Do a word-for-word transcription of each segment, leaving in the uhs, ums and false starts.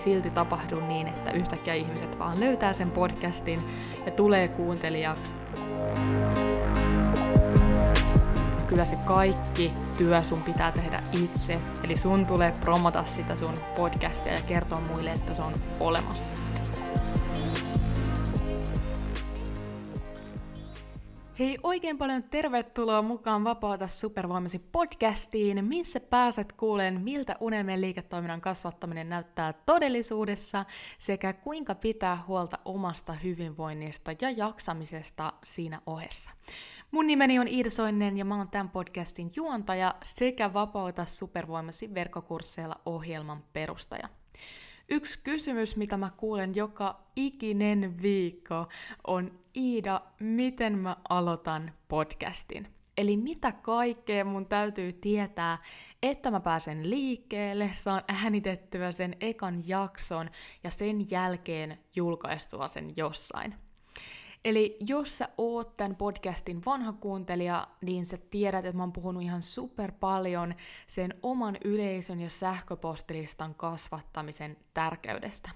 silti tapahdu niin, että yhtäkkiä ihmiset vaan löytää sen podcastin ja tulee kuuntelijaksi. Kyllä se kaikki työ sun pitää tehdä itse, eli sun tulee promota sitä sun podcastia ja kertoa muille, että se on olemassa. Hei, oikein paljon tervetuloa mukaan Vapauta supervoimasi podcastiin, missä pääset kuulemaan, miltä unelmien liiketoiminnan kasvattaminen näyttää todellisuudessa sekä kuinka pitää huolta omasta hyvinvoinnista ja jaksamisesta siinä ohessa. Mun nimeni on Iida Soinen ja mä oon tämän podcastin juontaja sekä Vapauta supervoimasi verkkokursseilla ohjelman perustaja. Yksi kysymys, mikä mä kuulen joka ikinen viikko, on Iida, miten mä aloitan podcastin? Eli mitä kaikkea mun täytyy tietää, että mä pääsen liikkeelle, saan äänitettyä sen ekan jakson ja sen jälkeen julkaistua sen jossain. Eli jos sä oot tämän podcastin vanha kuuntelija, niin sä tiedät, että mä oon puhunut ihan super paljon sen oman yleisön ja sähköpostilistan kasvattamisen tärkeydestä.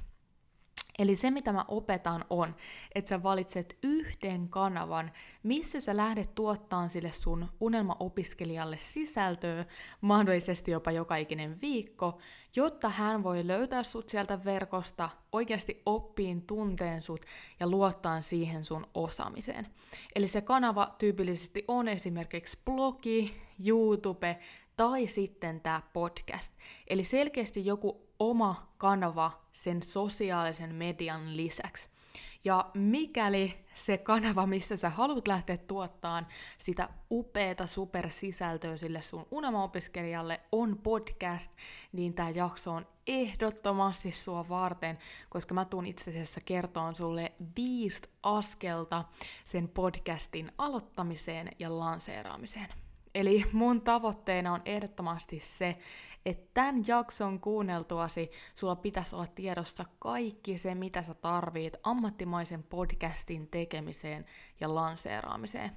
Eli se, mitä mä opetan on, että sä valitset yhden kanavan, missä sä lähdet tuottamaan sille sun unelmaopiskelijalle sisältöä, mahdollisesti jopa joka ikinen viikko, jotta hän voi löytää sut sieltä verkosta, oikeasti oppiin tunteen sut ja luottaa siihen sun osaamiseen. Eli se kanava tyypillisesti on esimerkiksi blogi, YouTube tai sitten tää podcast. Eli selkeästi joku oma kanava sen sosiaalisen median lisäksi. Ja mikäli se kanava, missä sä haluat lähteä tuottamaan sitä upeata supersisältöä sille sun unelmaopiskelijalle, on podcast, niin tää jakso on ehdottomasti sua varten, koska mä tuun itse asiassa kertoon sulle viisi askelta sen podcastin aloittamiseen ja lanseeraamiseen. Eli mun tavoitteena on ehdottomasti se, että tämän jakson kuunneltuasi sulla pitäisi olla tiedossa kaikki se, mitä sä tarvit ammattimaisen podcastin tekemiseen ja lanseeraamiseen.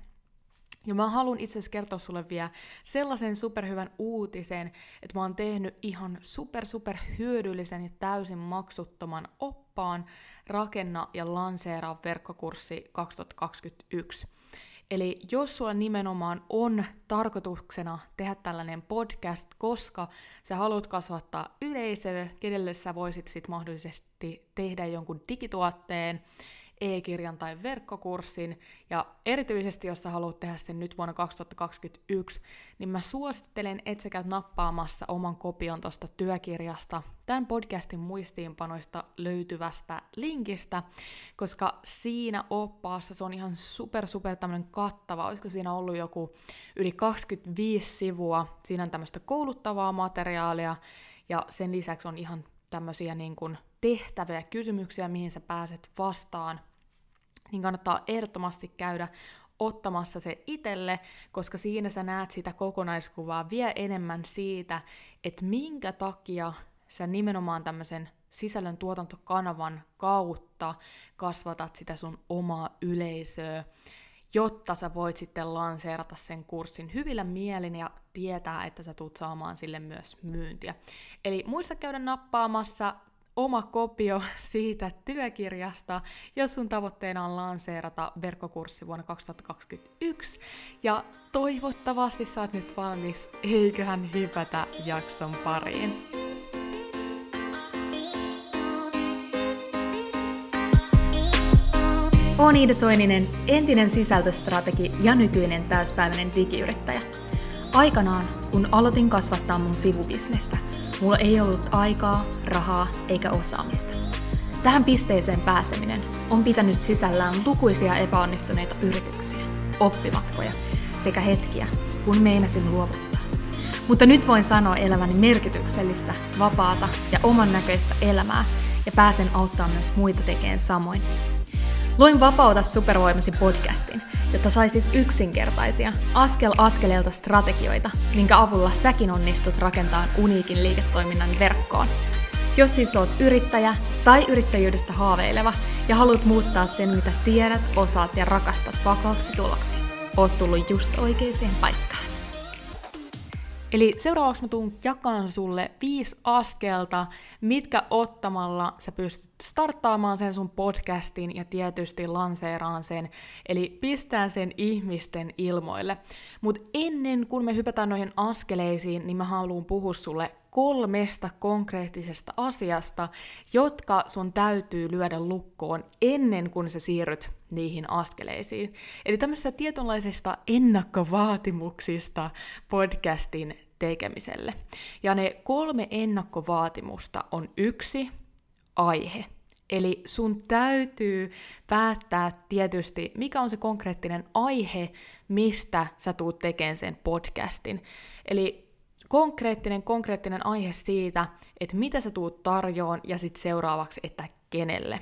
Ja mä haluan itse asiassa kertoa sulle vielä sellaisen superhyvän uutisen, että mä oon tehnyt ihan super super hyödyllisen ja täysin maksuttoman oppaan Rakenna ja lanseeraa verkkokurssi kaksituhattakaksikymmentäyksi. Eli jos sulla nimenomaan on tarkoituksena tehdä tällainen podcast, koska sä haluat kasvattaa yleisöä, kenelle sä voisit sit mahdollisesti tehdä jonkun digituotteen, e-kirjan tai verkkokurssin, ja erityisesti jos sä haluat tehdä sen nyt vuonna kaksituhattakaksikymmentäyksi, niin mä suosittelen, että sä käyt nappaamassa oman kopion tosta työkirjasta, tämän podcastin muistiinpanoista löytyvästä linkistä, koska siinä oppaassa se on ihan super super tämmönen kattava, olisiko siinä ollut joku yli kaksikymmentäviisi sivua, siinä on tämmöistä kouluttavaa materiaalia, ja sen lisäksi on ihan tämmöisiä niin kuin tehtäviä kysymyksiä, mihin sä pääset vastaan, niin kannattaa ehdottomasti käydä ottamassa se itselle, koska siinä sä näet sitä kokonaiskuvaa vielä enemmän siitä, että minkä takia sä nimenomaan tämmöisen sisällön tuotantokanavan kautta kasvatat sitä sun omaa yleisöä, jotta sä voit sitten lanseerata sen kurssin hyvillä mielin ja tietää, että sä tulet saamaan sille myös myyntiä. Eli muista käydä nappaamassa oma kopio siitä työkirjasta, jos sun tavoitteena on lanseerata verkkokurssi vuonna kaksituhattakaksikymmentäyksi. Ja toivottavasti sä oot nyt valmis, eiköhän hypätä jakson pariin. Oon Iida Soininen, entinen sisältöstrategi ja nykyinen täyspäiväinen digiyrittäjä. Aikanaan, kun aloitin kasvattaa mun sivubisnestä, mulla ei ollut aikaa, rahaa eikä osaamista. Tähän pisteeseen pääseminen on pitänyt sisällään lukuisia epäonnistuneita yrityksiä, oppimatkoja sekä hetkiä, kun meinasin luovuttaa. Mutta nyt voin sanoa eläväni merkityksellistä, vapaata ja oman näköistä elämää ja pääsen auttamaan myös muita tekemään samoin. Luin Vapauta supervoimasi podcastin, jotta saisit yksinkertaisia, askel askeleelta strategioita, minkä avulla säkin onnistut rakentamaan uniikin liiketoiminnan verkkoon. Jos siis oot yrittäjä tai yrittäjyydestä haaveileva ja haluat muuttaa sen, mitä tiedät, osaat ja rakastat vakaaksi tuloksi, oot tullut just oikeaan paikkaan. Eli seuraavaksi mä tuun jakaan sulle viisi askelta, mitkä ottamalla sä pystyt starttaamaan sen sun podcastin ja tietysti lanseeraan sen, eli pistää sen ihmisten ilmoille. Mutta ennen kuin me hypätään noihin askeleisiin, niin mä haluan puhua sulle kolmesta konkreettisesta asiasta, jotka sun täytyy lyödä lukkoon ennen kuin sä siirryt niihin askeleisiin. Eli tämmöisistä tietynlaisista ennakkovaatimuksista podcastin tekemiselle. Ja ne kolme ennakkovaatimusta on yksi, aihe. Eli sun täytyy päättää tietysti, mikä on se konkreettinen aihe, mistä sä tuut tekemään sen podcastin. Eli konkreettinen, konkreettinen aihe siitä, että mitä sä tuut tarjoon ja sitten seuraavaksi, että kenelle.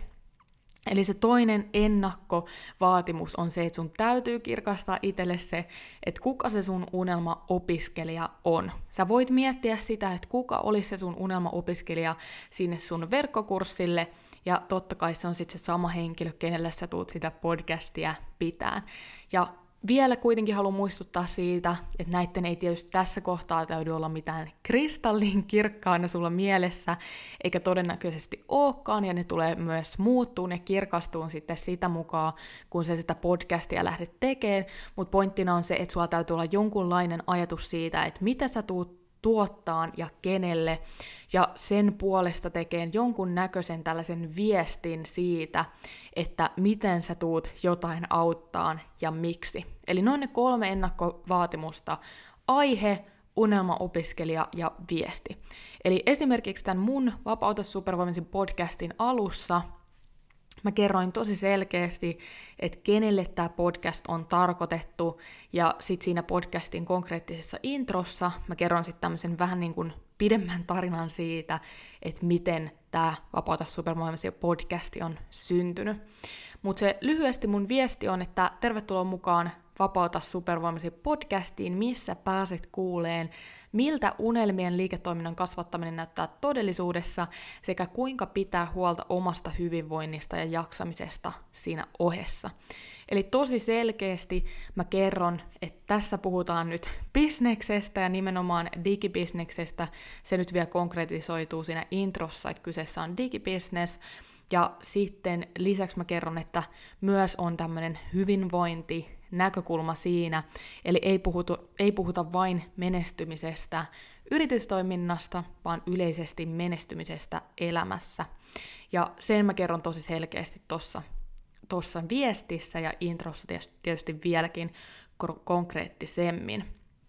Eli se toinen ennakkovaatimus on se, että sun täytyy kirkastaa itselle se, että kuka se sun unelmaopiskelija on. Sä voit miettiä sitä, että kuka olisi se sun unelmaopiskelija sinne sun verkkokurssille, ja totta kai se on sitten se sama henkilö, kenelle sä tuut sitä podcastia pitään. Ja vielä kuitenkin haluan muistuttaa siitä, että näitten ei tietysti tässä kohtaa täydy olla mitään kristallin kirkkaana sulla mielessä, eikä todennäköisesti olekaan, ja ne tulee myös muuttua, ne kirkastuu sitten sitä mukaan, kun sä sitä podcastia lähdet tekemään, mutta pointtina on se, että sulla täytyy olla jonkunlainen ajatus siitä, että mitä sä tuut tuottaan ja kenelle, ja sen puolesta tekeen jonkun näköisen tällaisen viestin siitä, että miten sä tuut jotain auttaan ja miksi. Eli noin ne kolme ennakkovaatimusta: aihe, unelmaopiskelija ja viesti. Eli esimerkiksi tämän mun Vapauta supervoimasi podcastin alussa mä kerroin tosi selkeästi, että kenelle tämä podcast on tarkoitettu, ja sitten siinä podcastin konkreettisessa introssa mä kerron sitten tämmöisen vähän niin kuin pidemmän tarinan siitä, että miten tämä Vapauta supervoimasi podcasti on syntynyt. Mutta se lyhyesti mun viesti on, että tervetuloa mukaan Vapauta supervoimasi podcastiin, missä pääset kuuleen, miltä unelmien liiketoiminnan kasvattaminen näyttää todellisuudessa, sekä kuinka pitää huolta omasta hyvinvoinnista ja jaksamisesta siinä ohessa. Eli tosi selkeästi mä kerron, että tässä puhutaan nyt bisneksestä ja nimenomaan digibisneksestä. Se nyt vielä konkretisoituu siinä introssa, että kyseessä on digibisnes. Ja sitten lisäksi mä kerron, että myös on tämmöinen hyvinvointi näkökulma siinä, eli ei puhuta, ei puhuta vain menestymisestä yritystoiminnasta, vaan yleisesti menestymisestä elämässä. Ja sen mä kerron tosi selkeästi tuossa tossa viestissä ja introssa tietysti vieläkin konkreettisemmin.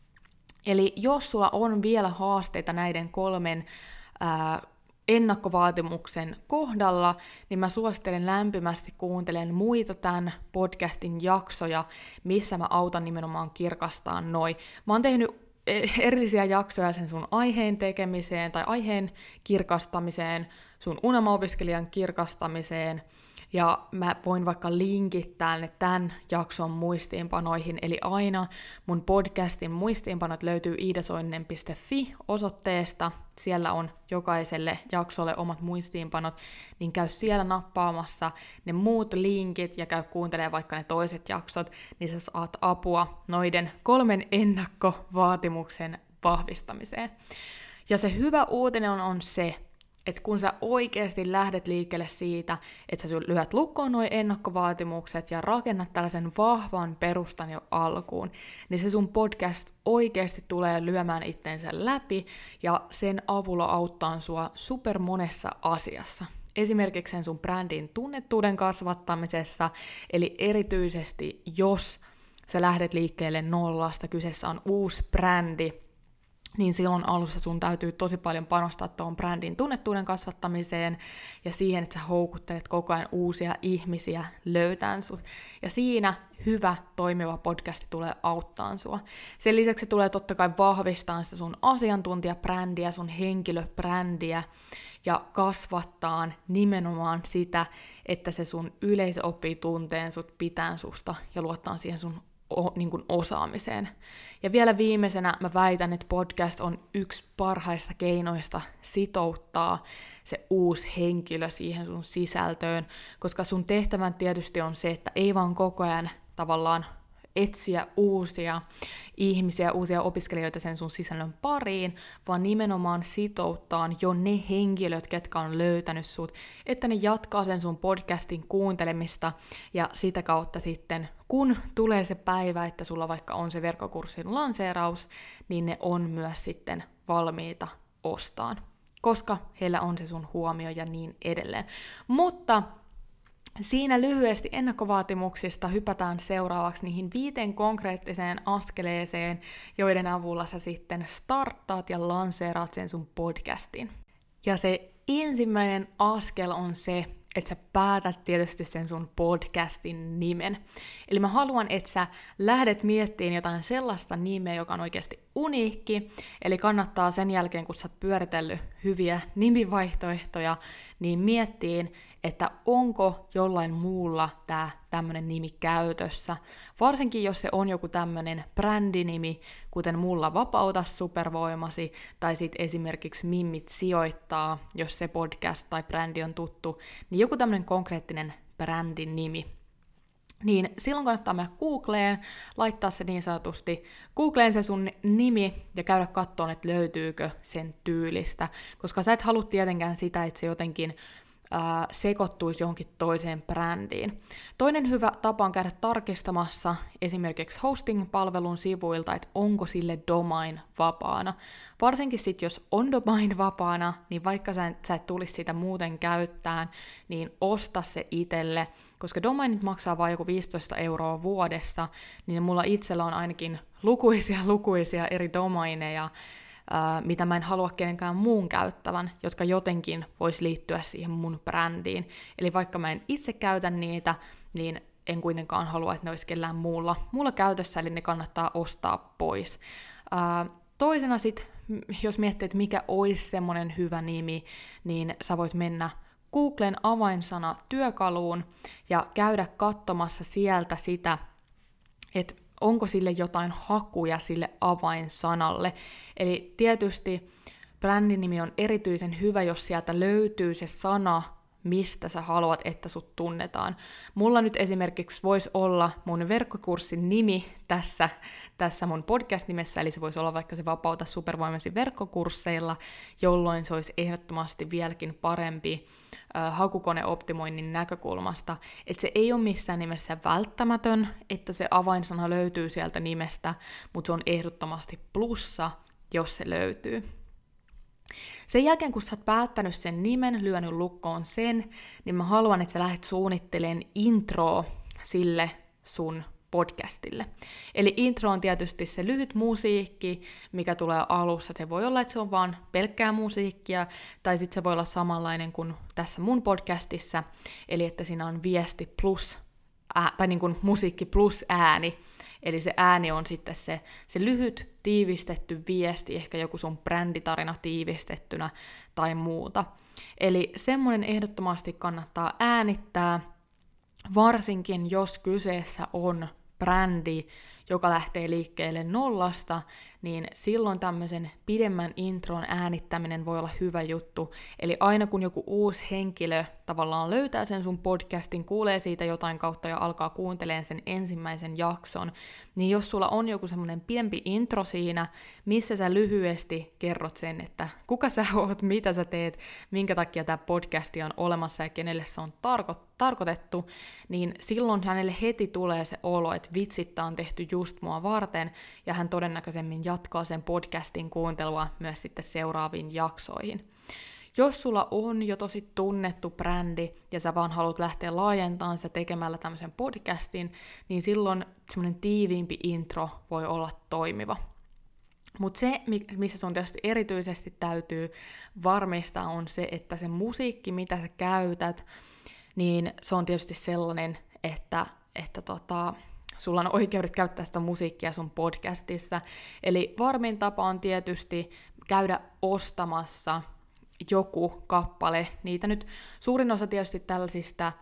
Eli jos sulla on vielä haasteita näiden kolmen ää, ennakkovaatimuksen kohdalla, niin mä suosittelen lämpimästi kuuntelemaan muita tämän podcastin jaksoja, missä mä autan nimenomaan kirkastaan noi. Mä oon tehnyt erillisiä jaksoja sen sun aiheen tekemiseen tai aiheen kirkastamiseen, sun unelmaopiskelijan kirkastamiseen, ja mä voin vaikka linkittää ne tämän jakson muistiinpanoihin, eli aina mun podcastin muistiinpanot löytyy iidasoinen piste fi osoitteesta, siellä on jokaiselle jaksolle omat muistiinpanot, niin käy siellä nappaamassa ne muut linkit ja käy kuuntelemaan vaikka ne toiset jaksot, niin sä saat apua noiden kolmen ennakkovaatimuksen vahvistamiseen. Ja se hyvä uutinen on, on se, että kun sä oikeasti lähdet liikkeelle siitä, että sä lyöt lukkoon nuo ennakkovaatimukset ja rakennat tällaisen vahvan perustan jo alkuun, niin se sun podcast oikeasti tulee lyömään itsensä läpi ja sen avulla auttaa sua super monessa asiassa. Esimerkiksi sen sun brändin tunnettuuden kasvattamisessa, eli erityisesti jos sä lähdet liikkeelle nollasta, kyseessä on uusi brändi, niin silloin alussa sun täytyy tosi paljon panostaa tuon brändin tunnettuuden kasvattamiseen ja siihen, että sä houkuttelet koko ajan uusia ihmisiä löytämään sut. Ja siinä hyvä, toimiva podcasti tulee auttaa sua. Sen lisäksi se tulee totta kai vahvistaa sitä sun asiantuntijabrändiä, sun henkilöbrändiä ja kasvattaa nimenomaan sitä, että se sun yleisö oppii tunteen sut, pitää susta ja luottaa siihen sun O, niin kuin osaamiseen. Ja vielä viimeisenä mä väitän, että podcast on yksi parhaista keinoista sitouttaa se uusi henkilö siihen sun sisältöön, koska sun tehtävän tietysti on se, että ei vaan koko ajan tavallaan etsiä uusia ihmisiä, uusia opiskelijoita sen sun sisällön pariin, vaan nimenomaan sitouttaa jo ne henkilöt, ketkä on löytänyt sut, että ne jatkaa sen sun podcastin kuuntelemista, ja sitä kautta sitten, kun tulee se päivä, että sulla vaikka on se verkkokurssin lanseeraus, niin ne on myös sitten valmiita ostaan, koska heillä on se sun huomio ja niin edelleen. Mutta siinä lyhyesti ennakkovaatimuksista hypätään seuraavaksi niihin viiteen konkreettiseen askeleeseen, joiden avulla sä sitten starttaat ja lanseeraat sen sun podcastin. Ja se ensimmäinen askel on se, että sä päätät tietysti sen sun podcastin nimen. Eli mä haluan, että sä lähdet miettimään jotain sellaista nimeä, joka on oikeasti uniikki, eli kannattaa sen jälkeen, kun sä oot pyöritellyt hyviä nimivaihtoehtoja, niin miettiin, että onko jollain muulla tää tämmönen nimi käytössä. Varsinkin jos se on joku tämmönen brändinimi, kuten mulla Vapauta supervoimasi, tai sitten esimerkiksi Mimmit sijoittaa, jos se podcast tai brändi on tuttu, niin joku tämmönen konkreettinen brändin nimi. Niin silloin kannattaa mennä Googleen, laittaa se niin sanotusti Googleen se sun nimi ja käydä katsomaan, että löytyykö sen tyylistä, koska sä et halua tietenkään sitä, että se jotenkin ää, sekoittuisi johonkin toiseen brändiin. Toinen hyvä tapa on käydä tarkistamassa esimerkiksi hosting-palvelun sivuilta, että onko sille domain vapaana. Varsinkin sitten, jos on domain vapaana, niin vaikka sä, sä et tulisi sitä muuten käyttään, niin osta se itselle, koska domainit maksaa vain joku viisitoista euroa vuodessa, niin mulla itsellä on ainakin lukuisia lukuisia eri domaineja, ää, mitä mä en halua kenenkään muun käyttävän, jotka jotenkin vois liittyä siihen mun brändiin. Eli vaikka mä en itse käytä niitä, niin en kuitenkaan halua, että ne olisi kellään muulla, muulla käytössä, eli ne kannattaa ostaa pois. Ää, toisena sit, jos miettii, että mikä olisi semmoinen hyvä nimi, niin sä voit mennä Googlen avainsana työkaluun ja käydä katsomassa sieltä sitä, että onko sille jotain hakuja sille avainsanalle. Eli tietysti brändin nimi on erityisen hyvä, jos sieltä löytyy se sana, mistä sä haluat, että sut tunnetaan. Mulla nyt esimerkiksi voisi olla mun verkkokurssin nimi tässä, tässä mun podcast-nimessä, eli se voisi olla vaikka se Vapauta supervoimasi verkkokursseilla, jolloin se olisi ehdottomasti vieläkin parempi äh, hakukoneoptimoinnin näkökulmasta. Että se ei ole missään nimessä välttämätön, että se avainsana löytyy sieltä nimestä, mutta se on ehdottomasti plussa, jos se löytyy. Sen jälkeen, kun sä oot päättänyt sen nimen, lyönyt lukkoon sen, niin mä haluan, että sä lähdet suunnittelemaan introa sille sun podcastille. Eli intro on tietysti se lyhyt musiikki, mikä tulee alussa. Se voi olla, että se on vaan pelkkää musiikkia, tai sitten se voi olla samanlainen kuin tässä mun podcastissa, eli että siinä on viesti plus, ää, tai niin kuin musiikki plus ääni. Eli se ääni on sitten se, se lyhyt, tiivistetty viesti, ehkä joku sun bränditarina tiivistettynä tai muuta. Eli semmoinen ehdottomasti kannattaa äänittää, varsinkin jos kyseessä on brändi, joka lähtee liikkeelle nollasta, niin silloin tämmöisen pidemmän intron äänittäminen voi olla hyvä juttu. Eli aina kun joku uusi henkilö tavallaan löytää sen sun podcastin, kuulee siitä jotain kautta ja alkaa kuuntelemaan sen ensimmäisen jakson, niin jos sulla on joku semmoinen pidempi intro siinä, missä sä lyhyesti kerrot sen, että kuka sä oot, mitä sä teet, minkä takia tämä podcasti on olemassa ja kenelle se on tarko- tarkoitettu, niin silloin hänelle heti tulee se olo, että vitsit, tää on tehty just mua varten, ja hän todennäköisemmin jatkaa sen podcastin kuuntelua myös sitten seuraaviin jaksoihin. Jos sulla on jo tosi tunnettu brändi ja sä vaan haluat lähteä laajentamaan sitä tekemällä tämmöisen podcastin, niin silloin semmoinen tiiviimpi intro voi olla toimiva. Mutta se, missä sun tietysti erityisesti täytyy varmistaa, on se, että se musiikki, mitä sä käytät, niin se on tietysti sellainen, että, että tota, sulla on oikeudet käyttää sitä musiikkia sun podcastissa. Eli varmin tapa on tietysti käydä ostamassa joku kappale. Niitä nyt suurin osa tietysti tällaisista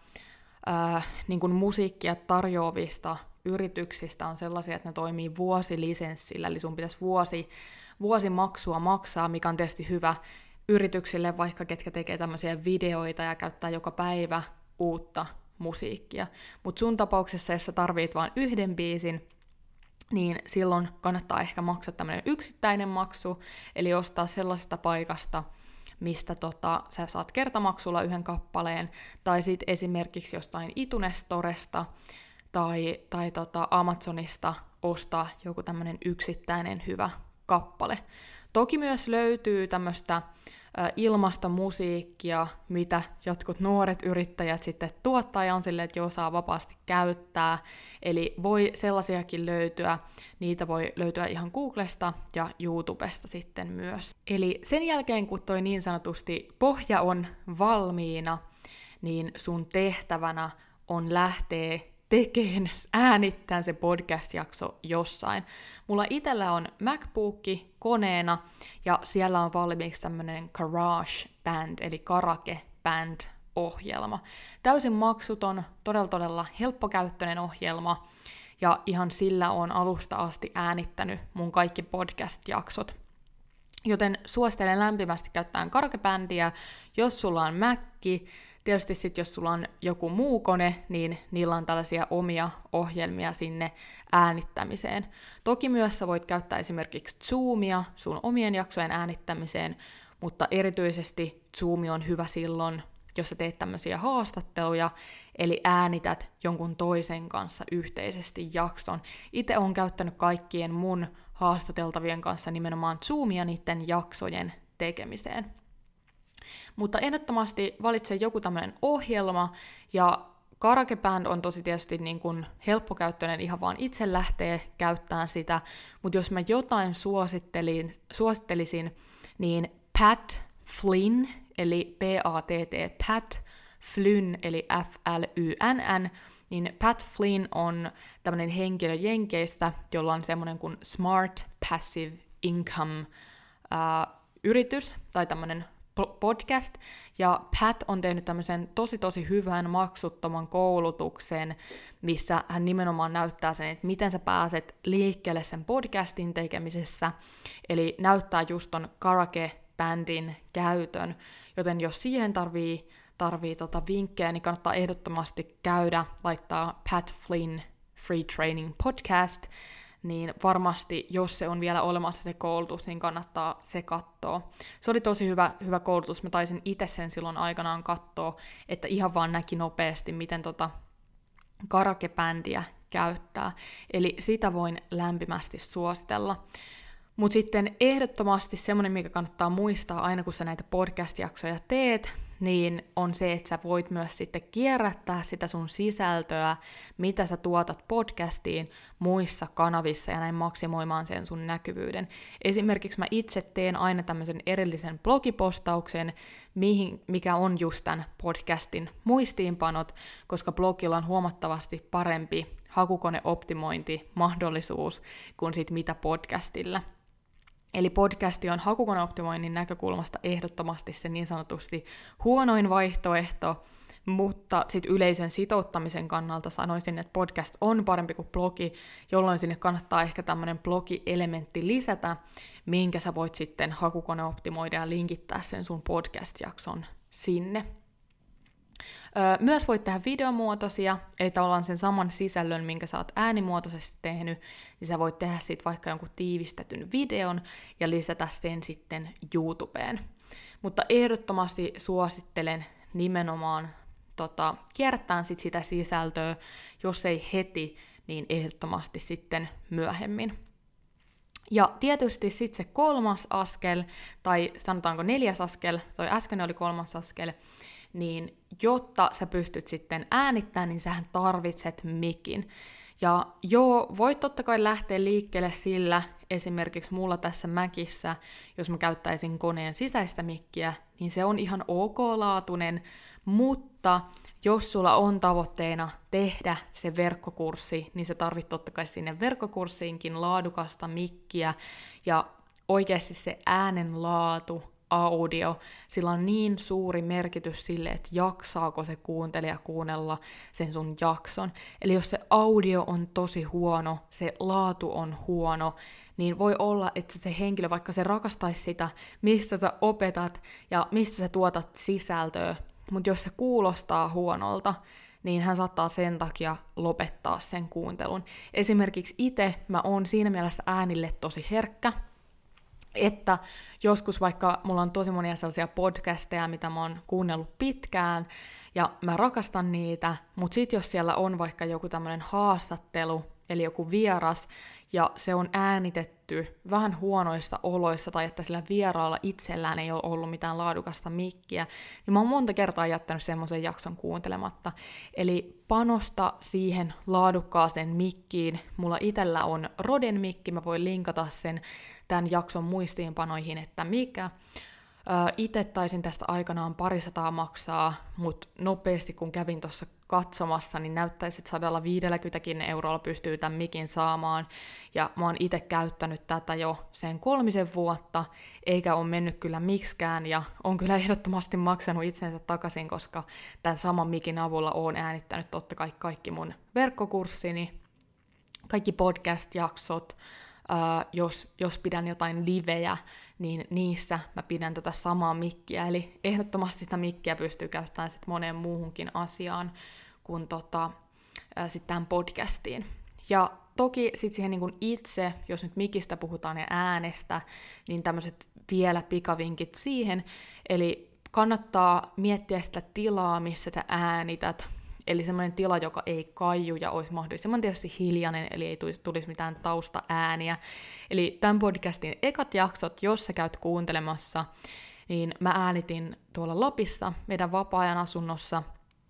ää, niin kuin musiikkia tarjoavista yrityksistä on sellaisia, että ne toimii vuosilisenssillä, eli sun pitäisi vuosi, vuosimaksua maksaa, mikä on tietysti hyvä yrityksille, vaikka ketkä tekee tämmöisiä videoita ja käyttää joka päivä uutta musiikkia. Mutta sun tapauksessa, jos sä tarvit vain yhden biisin, niin silloin kannattaa ehkä maksaa tämmöinen yksittäinen maksu, eli ostaa sellaisesta paikasta, mistä tota, sä saat kertamaksulla yhden kappaleen, tai sitten esimerkiksi jostain iTunes Storesta tai, tai tota Amazonista ostaa joku tämmöinen yksittäinen hyvä kappale. Toki myös löytyy tämmöistä ilmasta musiikkia, mitä jotkut nuoret yrittäjät sitten tuottaa ja on silleen, että joo, saa vapaasti käyttää. Eli voi sellaisiakin löytyä, niitä voi löytyä ihan Googlesta ja YouTubesta sitten myös. Eli sen jälkeen, kun toi niin sanotusti pohja on valmiina, niin sun tehtävänä on lähteä tekemään, äänittämään se podcast-jakso jossain. Mulla itsellä on MacBookki koneena, ja siellä on valmiiksi tämmönen GarageBand, eli GarageBand-ohjelma. Täysin maksuton, todella todella helppokäyttöinen ohjelma, ja ihan sillä on alusta asti äänittänyt mun kaikki podcast-jaksot. Joten suosittelen lämpimästi käyttämään GarageBandia, jos sulla on Macki. Tietysti sitten, jos sulla on joku muu kone, niin niillä on tällaisia omia ohjelmia sinne äänittämiseen. Toki myös sä voit käyttää esimerkiksi Zoomia sun omien jaksojen äänittämiseen, mutta erityisesti Zoom on hyvä silloin, jos sä teet tämmöisiä haastatteluja, eli äänität jonkun toisen kanssa yhteisesti jakson. Itse olen käyttänyt kaikkien mun haastateltavien kanssa nimenomaan Zoomia niiden jaksojen tekemiseen. Mutta ehdottomasti valitse joku tämmöinen ohjelma, ja GarageBand on tosi tietysti niin kuin helppokäyttöinen, ihan vaan itse lähtee käyttämään sitä, mutta jos mä jotain suosittelin, suosittelisin, niin Pat Flynn, eli P A T T, Pat Flynn, eli F L Y N N, niin Pat Flynn on tämmöinen henkilö Jenkeistä, jolla on semmoinen kuin Smart Passive Income ää, yritys, tai tämmöinen podcast, ja Pat on tehnyt tämmöisen tosi tosi hyvän maksuttoman koulutuksen, missä hän nimenomaan näyttää sen, että miten sä pääset liikkeelle sen podcastin tekemisessä, eli näyttää just ton GarageBandin käytön, joten jos siihen tarvii, tarvii tota vinkkejä, niin kannattaa ehdottomasti käydä, laittaa Pat Flynn Free Training Podcast, niin varmasti, jos se on vielä olemassa se koulutus, niin kannattaa se katsoa. Se oli tosi hyvä, hyvä koulutus, mä taisin itse sen silloin aikanaan katsoa, että ihan vaan näki nopeasti, miten tota GarageBandia käyttää. Eli sitä voin lämpimästi suositella. Mutta sitten ehdottomasti semmoinen, mikä kannattaa muistaa aina, kun sä näitä podcast-jaksoja teet, niin on se, että sä voit myös sitten kierrättää sitä sun sisältöä, mitä sä tuotat podcastiin muissa kanavissa ja näin maksimoimaan sen sun näkyvyyden. Esimerkiksi mä itse teen aina tämmöisen erillisen blogipostauksen, mihin, mikä on just tämän podcastin muistiinpanot, koska blogilla on huomattavasti parempi hakukoneoptimointimahdollisuus kuin sit mitä podcastilla. Eli podcasti on hakukoneoptimoinnin näkökulmasta ehdottomasti se niin sanotusti huonoin vaihtoehto, mutta sitten yleisön sitouttamisen kannalta sanoisin, että podcast on parempi kuin blogi, jolloin sinne kannattaa ehkä tämmöinen blogi-elementti lisätä, minkä sä voit sitten hakukoneoptimoida ja linkittää sen sun podcast-jakson sinne. Öö, myös voit tehdä videomuotoisia, eli tavallaan sen saman sisällön, minkä sä oot äänimuotoisesti tehnyt, niin sä voit tehdä siitä vaikka jonkun tiivistetyn videon ja lisätä sen sitten YouTubeen. Mutta ehdottomasti suosittelen nimenomaan tota, kierrättää sit sitä sisältöä, jos ei heti, niin ehdottomasti sitten myöhemmin. Ja tietysti sitten se kolmas askel, tai sanotaanko neljäs askel, toi äsken oli kolmas askel, niin jotta sä pystyt sitten äänittämään, niin sähän tarvitset mikin. Ja joo, voit totta kai lähteä liikkeelle sillä, esimerkiksi mulla tässä Macissa, jos mä käyttäisin koneen sisäistä mikkiä, niin se on ihan ok-laatuinen, mutta jos sulla on tavoitteena tehdä se verkkokurssi, niin sä tarvit totta kai sinne verkkokurssiinkin laadukasta mikkiä, ja oikeasti se äänen laatu, audio, sillä on niin suuri merkitys sille, että jaksaako se kuuntelija kuunnella sen sun jakson. Eli jos se audio on tosi huono, se laatu on huono, niin voi olla, että se henkilö, vaikka se rakastaisi sitä, mistä sä opetat ja mistä sä tuotat sisältöä, mutta jos se kuulostaa huonolta, niin hän saattaa sen takia lopettaa sen kuuntelun. Esimerkiksi itse mä oon siinä mielessä äänille tosi herkkä, että joskus vaikka mulla on tosi monia sellaisia podcasteja, mitä mä oon kuunnellut pitkään, ja mä rakastan niitä, mutta sit jos siellä on vaikka joku tämmönen haastattelu, eli joku vieras, ja se on äänitetty vähän huonoissa oloissa, tai että sillä vieraalla itsellään ei ole ollut mitään laadukasta mikkiä, niin mä oon monta kertaa jättänyt semmoisen jakson kuuntelematta. Eli panosta siihen laadukkaaseen mikkiin. Mulla itsellä on Roden mikki, mä voin linkata sen tämän jakson muistiinpanoihin, että mikä. Itse taisin tästä aikanaan parisataa maksaa, mutta nopeasti kun kävin tuossa katsomassa, niin näyttäisi, että sata viisikymmentä eurolla pystyy tämän mikin saamaan. Ja mä oon itse käyttänyt tätä jo sen kolmisen vuotta, eikä ole mennyt kyllä miksikään, ja on kyllä ehdottomasti maksanut itsensä takaisin, koska tämän saman mikin avulla oon äänittänyt totta kai kaikki mun verkkokurssini, kaikki podcast-jaksot, Uh, jos, jos pidän jotain livejä, niin niissä mä pidän tätä samaa mikkiä, eli ehdottomasti sitä mikkiä pystyy käyttämään sit moneen muuhunkin asiaan kuin tota, uh, sit tähän podcastiin. Ja toki sit siihen niin kun itse, jos nyt mikistä puhutaan ja äänestä, niin tämmöiset vielä pikavinkit siihen, eli kannattaa miettiä sitä tilaa, missä sä äänität. Eli semmoinen tila, joka ei kaiju ja olisi mahdollisimman tietysti hiljainen, eli ei tulisi mitään taustaääniä. Eli tämän podcastin ekat jaksot, jos sä käyt kuuntelemassa, niin mä äänitin tuolla Lapissa, meidän vapaa-ajan asunnossa,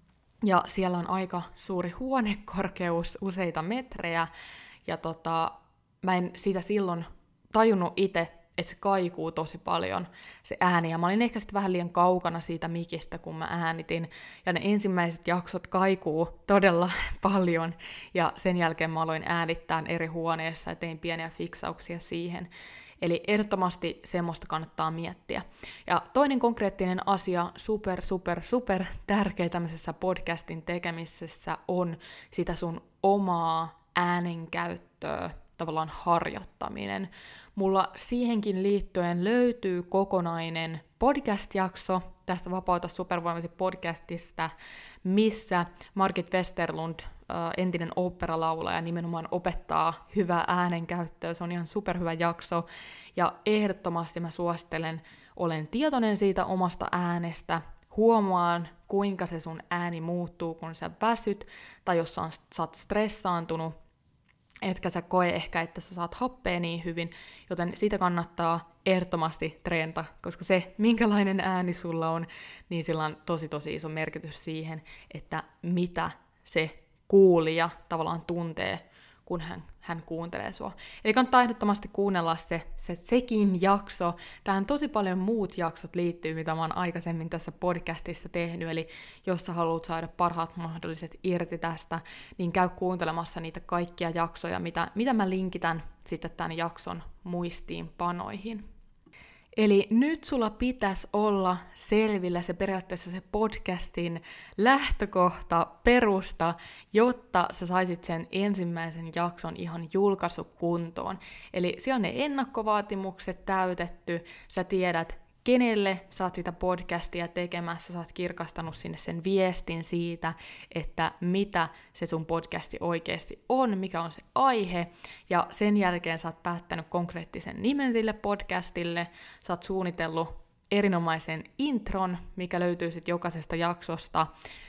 ja siellä on aika suuri huonekorkeus, useita metrejä, ja tota, mä en sitä silloin tajunnut itse, että se kaikuu tosi paljon, se ääni, ja mä olin ehkä sitten vähän liian kaukana siitä mikistä, kun mä äänitin, ja ne ensimmäiset jaksot kaikuu todella paljon, ja sen jälkeen mä aloin äänittää eri huoneessa, ja tein pieniä fiksauksia siihen, eli ehdottomasti semmoista kannattaa miettiä. Ja toinen konkreettinen asia, super, super, super tärkeä tämmöisessä podcastin tekemisessä, on sitä sun omaa äänenkäyttöä, tavallaan harjoittaminen. Mulla siihenkin liittyen löytyy kokonainen podcast-jakso tästä Vapauta supervoimasi podcastista, missä Margit Westerlund, entinen oopperalaulaja, nimenomaan opettaa hyvää äänenkäyttöä. Se on ihan superhyvä jakso, ja ehdottomasti mä suosittelen, olen tietoinen siitä omasta äänestä, huomaan, kuinka se sun ääni muuttuu, kun sä väsyt, tai jos sä oot stressaantunut, etkä sä koe ehkä, että sä saat happea niin hyvin, joten siitä kannattaa ehdottomasti treenata, koska se, minkälainen ääni sulla on, niin sillä on tosi tosi iso merkitys siihen, että mitä se kuulija tavallaan tuntee, kun hän, hän kuuntelee sua. Eli kannattaa ehdottomasti kuunnella se, se sekin jakso. Tähän tosi paljon muut jaksot liittyy, mitä mä oon aikaisemmin tässä podcastissa tehnyt, eli jos sä haluat saada parhaat mahdolliset irti tästä, niin käy kuuntelemassa niitä kaikkia jaksoja, mitä, mitä mä linkitän sitten tämän jakson muistiinpanoihin. Eli nyt sulla pitäisi olla selvillä se periaatteessa se podcastin lähtökohta, perusta, jotta sä saisit sen ensimmäisen jakson ihan julkaisukuntoon. Eli siellä on ne ennakkovaatimukset täytetty, sä tiedät, kenelle sä oot sitä podcastia tekemässä, sä oot kirkastanut sinne sen viestin siitä, että mitä se sun podcasti oikeasti on, mikä on se aihe, ja sen jälkeen sä oot päättänyt konkreettisen nimen sille podcastille, sä oot suunnitellut erinomaisen intron, mikä löytyy sitten jokaisesta jaksosta,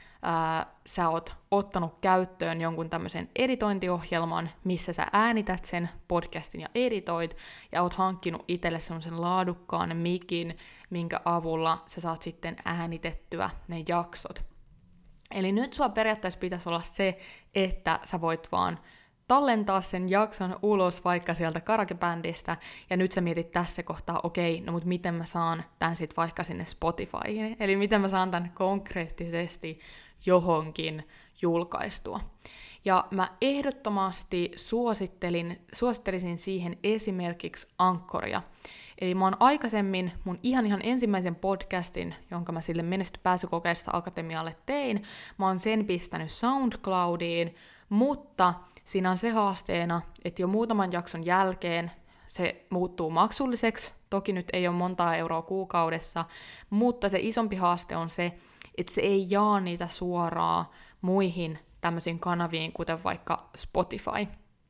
Ää, sä oot ottanut käyttöön jonkun tämmöisen editointiohjelman, missä sä äänität sen podcastin ja editoit, ja oot hankkinut itselle semmoisen laadukkaan mikin, minkä avulla sä saat sitten äänitettyä ne jaksot. Eli nyt sua periaatteessa pitäisi olla se, että sä voit vaan tallentaa sen jakson ulos vaikka sieltä karaokebändistä, ja nyt sä mietit tässä kohtaa, okei, no mut miten mä saan tän sit vaikka sinne Spotifyhin, eli miten mä saan tän konkreettisesti johonkin julkaistua. Ja mä ehdottomasti suosittelin, suosittelisin siihen esimerkiksi Anchoria. Eli mä oon aikaisemmin mun ihan ihan ensimmäisen podcastin, jonka mä sille Menesty pääsykokeesta Akatemialle tein, mä oon sen pistänyt SoundCloudiin, mutta siinä on se haasteena, että jo muutaman jakson jälkeen se muuttuu maksulliseksi. Toki nyt ei ole montaa euroa kuukaudessa, mutta se isompi haaste on se, että se ei jaa niitä suoraan muihin tämmöisiin kanaviin, kuten vaikka Spotify.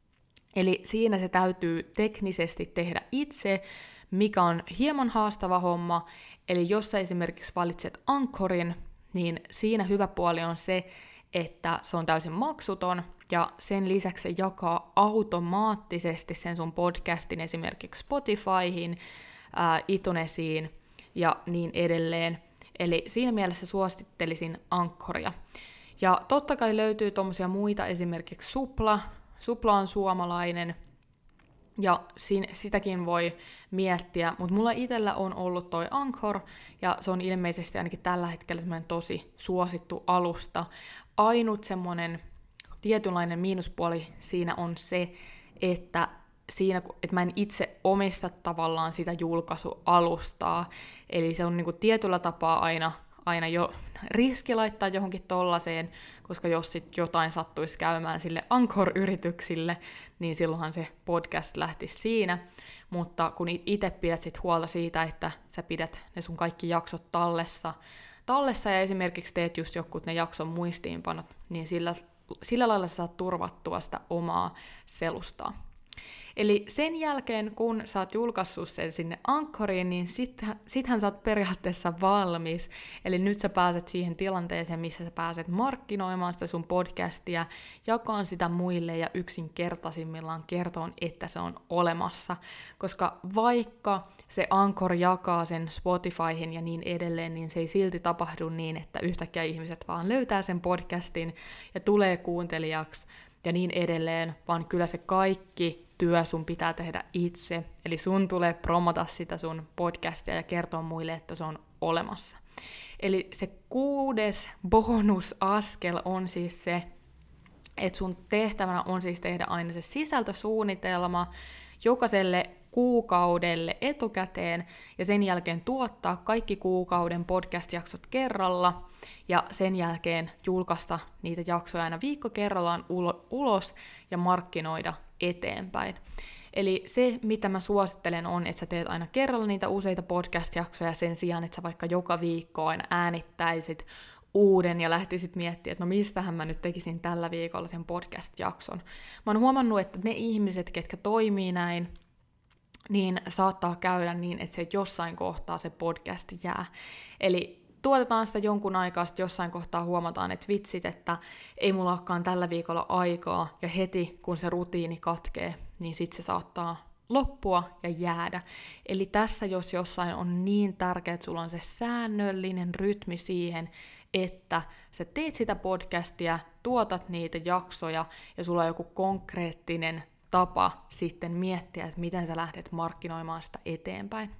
Eli siinä se täytyy teknisesti tehdä itse, mikä on hieman haastava homma. Eli jos sä esimerkiksi valitset Anchorin, niin siinä hyvä puoli on se, että se on täysin maksuton, ja sen lisäksi se jakaa automaattisesti sen sun podcastin esimerkiksi Spotifyhin, ää, iTunesiin ja niin edelleen. Eli siinä mielessä suosittelisin Anchoria. Ja totta kai löytyy tommosia muita, esimerkiksi Supla. Supla on suomalainen, ja siinä, sitäkin voi miettiä, mutta mulla itsellä on ollut toi Anchor, ja se on ilmeisesti ainakin tällä hetkellä semmoinen tosi suosittu alusta. Ainut semmoinen tietynlainen miinuspuoli siinä on se, että siinä, että mä en itse omista tavallaan sitä julkaisualustaa, eli se on niinku tietyllä tapaa aina, aina jo riski laittaa johonkin tollaiseen, koska jos sit jotain sattuisi käymään sille Anchor-yrityksille, niin silloinhan se podcast lähtisi siinä, mutta kun itse pidät sit huolta siitä, että sä pidät ne sun kaikki jaksot tallessa, tallessa ja esimerkiksi teet just jokut ne jakson muistiinpanot, niin sillä, sillä lailla sä saat turvattua sitä omaa selustaa. Eli sen jälkeen, kun sä oot julkaissut sen sinne Anchoriin, niin sit, sithän sä oot periaatteessa valmis. Eli nyt sä pääset siihen tilanteeseen, missä sä pääset markkinoimaan sitä sun podcastia, jakaan sitä muille ja yksinkertaisimmillaan kertoon, että se on olemassa. Koska vaikka se Anchor jakaa sen Spotifyhin ja niin edelleen, niin se ei silti tapahdu niin, että yhtäkkiä ihmiset vaan löytää sen podcastin ja tulee kuuntelijaksi ja niin edelleen, vaan kyllä se kaikki työ sun pitää tehdä itse, eli sun tulee promota sitä sun podcastia ja kertoa muille, että se on olemassa. Eli se kuudes bonusaskel on siis se, että sun tehtävänä on siis tehdä aina se sisältösuunnitelma jokaiselle kuukaudelle etukäteen, ja sen jälkeen tuottaa kaikki kuukauden podcast-jaksot kerralla, ja sen jälkeen julkaista niitä jaksoja aina viikko kerrallaan ulo- ulos ja markkinoida eteenpäin. Eli se, mitä mä suosittelen, on, että sä teet aina kerralla niitä useita podcast-jaksoja sen sijaan, että sä vaikka joka viikko aina äänittäisit uuden ja lähtisit miettimään, että no mistähän mä nyt tekisin tällä viikolla sen podcast-jakson. Mä oon huomannut, että ne ihmiset, ketkä toimii näin, niin saattaa käydä niin, että se jossain kohtaa se podcast jää. Eli tuotetaan sitä jonkun aikaa, sitten jossain kohtaa huomataan, että vitsit, että ei mulla olekaan tällä viikolla aikaa, ja heti kun se rutiini katkee, niin sitten se saattaa loppua ja jäädä. Eli tässä jos jossain on niin tärkeää, että sulla on se säännöllinen rytmi siihen, että sä teet sitä podcastia, tuotat niitä jaksoja, ja sulla on joku konkreettinen tapa sitten miettiä, että miten sä lähdet markkinoimaan sitä eteenpäin.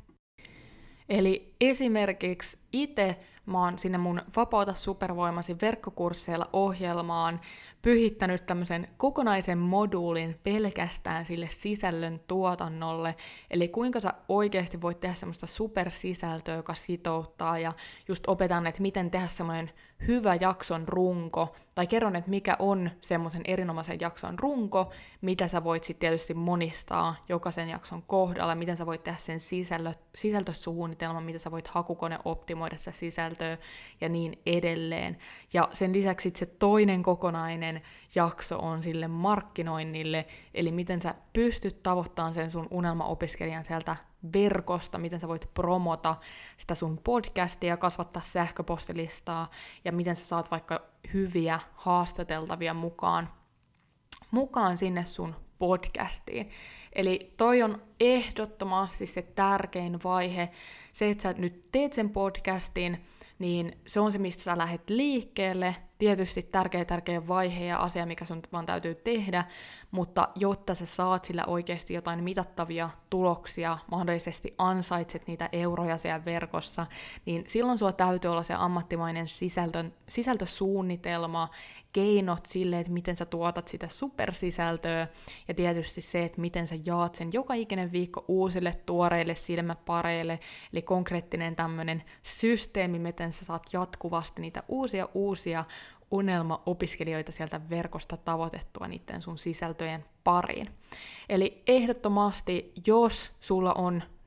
Eli esimerkiksi itse mä oon sinne mun Vapauta supervoimasi verkkokursseilla ohjelmaan pyhittänyt tämmöisen kokonaisen moduulin pelkästään sille sisällön tuotannolle, eli kuinka sä oikeasti voit tehdä semmoista supersisältöä, joka sitouttaa, ja just opetan, että miten tehdä semmoinen hyvä jakson runko, tai kerron, että mikä on semmoisen erinomaisen jakson runko, mitä sä voit sitten tietysti monistaa jokaisen jakson kohdalla, miten sä voit tehdä sen sisällö, sisältösuunnitelman, miten sä voit hakukone optimoida sitä sisältöä, ja niin edelleen. Ja sen lisäksi se toinen kokonainen jakso on sille markkinoinnille, eli miten sä pystyt tavoittamaan sen sun unelmaopiskelijan sieltä verkosta, miten sä voit promota sitä sun podcastia, kasvattaa sähköpostilistaa, ja miten sä saat vaikka hyviä haastateltavia mukaan, mukaan sinne sun podcastiin. Eli toi on ehdottomasti se tärkein vaihe, se, että sä nyt teet sen podcastin, niin se on se, mistä sä lähdet liikkeelle. Tietysti tärkeä, tärkeä vaihe ja asia, mikä sun vaan täytyy tehdä, mutta jotta sä saat sillä oikeasti jotain mitattavia tuloksia, mahdollisesti ansaitset niitä euroja siellä verkossa, niin silloin sulla täytyy olla se ammattimainen sisältö, sisältösuunnitelma, keinot sille, että miten sä tuotat sitä supersisältöä, ja tietysti se, että miten sä jaat sen joka ikinen viikko uusille tuoreille silmäpareille, eli konkreettinen tämmöinen systeemi, miten sä saat jatkuvasti niitä uusia uusia unelma-opiskelijoita sieltä verkosta tavoitettua niiden sun sisältöjen pariin. Eli ehdottomasti, jos sulla on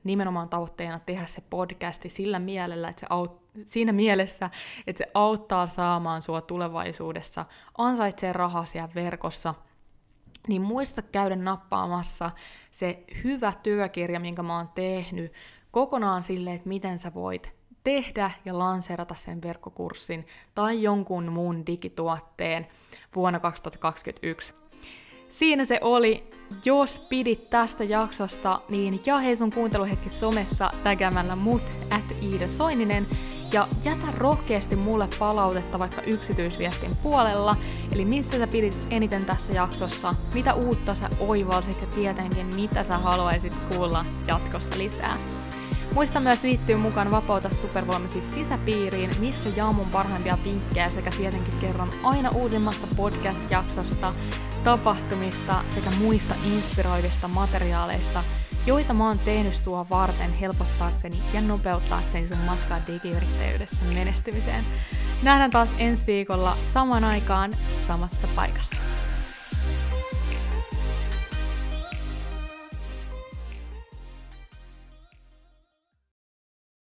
nimenomaan tavoitteena tehdä se podcasti sillä mielellä, että se aut- siinä mielessä, että se auttaa saamaan sua tulevaisuudessa ansaitsee rahaa siellä verkossa, niin muista käydä nappaamassa se hyvä työkirja, minkä mä oon tehnyt, kokonaan silleen, että miten sä voit tehdä ja lanseerata sen verkkokurssin tai jonkun muun digituotteen vuonna kaksituhattakaksikymmentäyksi. Siinä se oli. Jos pidit tästä jaksosta, niin jaa sun kuunteluhetki somessa tägäämällä mut at Iida Soininen ja jätä rohkeasti mulle palautetta vaikka yksityisviestin puolella, eli missä sä pidit eniten tässä jaksossa, mitä uutta sä oivalsit ja tietenkin mitä sä haluaisit kuulla jatkossa lisää. Muista myös liittyä mukaan Vapauta supervoimasi sisäpiiriin, missä jaan mun parhaimpia vinkkejä sekä tietenkin kerron aina uusimmasta podcast-jaksosta, tapahtumista sekä muista inspiroivista materiaaleista, joita mä oon tehnyt sua varten helpottaakseni ja nopeuttaakseni sun matkaa digiyrittäjyydessä menestymiseen. Nähdään taas ensi viikolla saman aikaan samassa paikassa.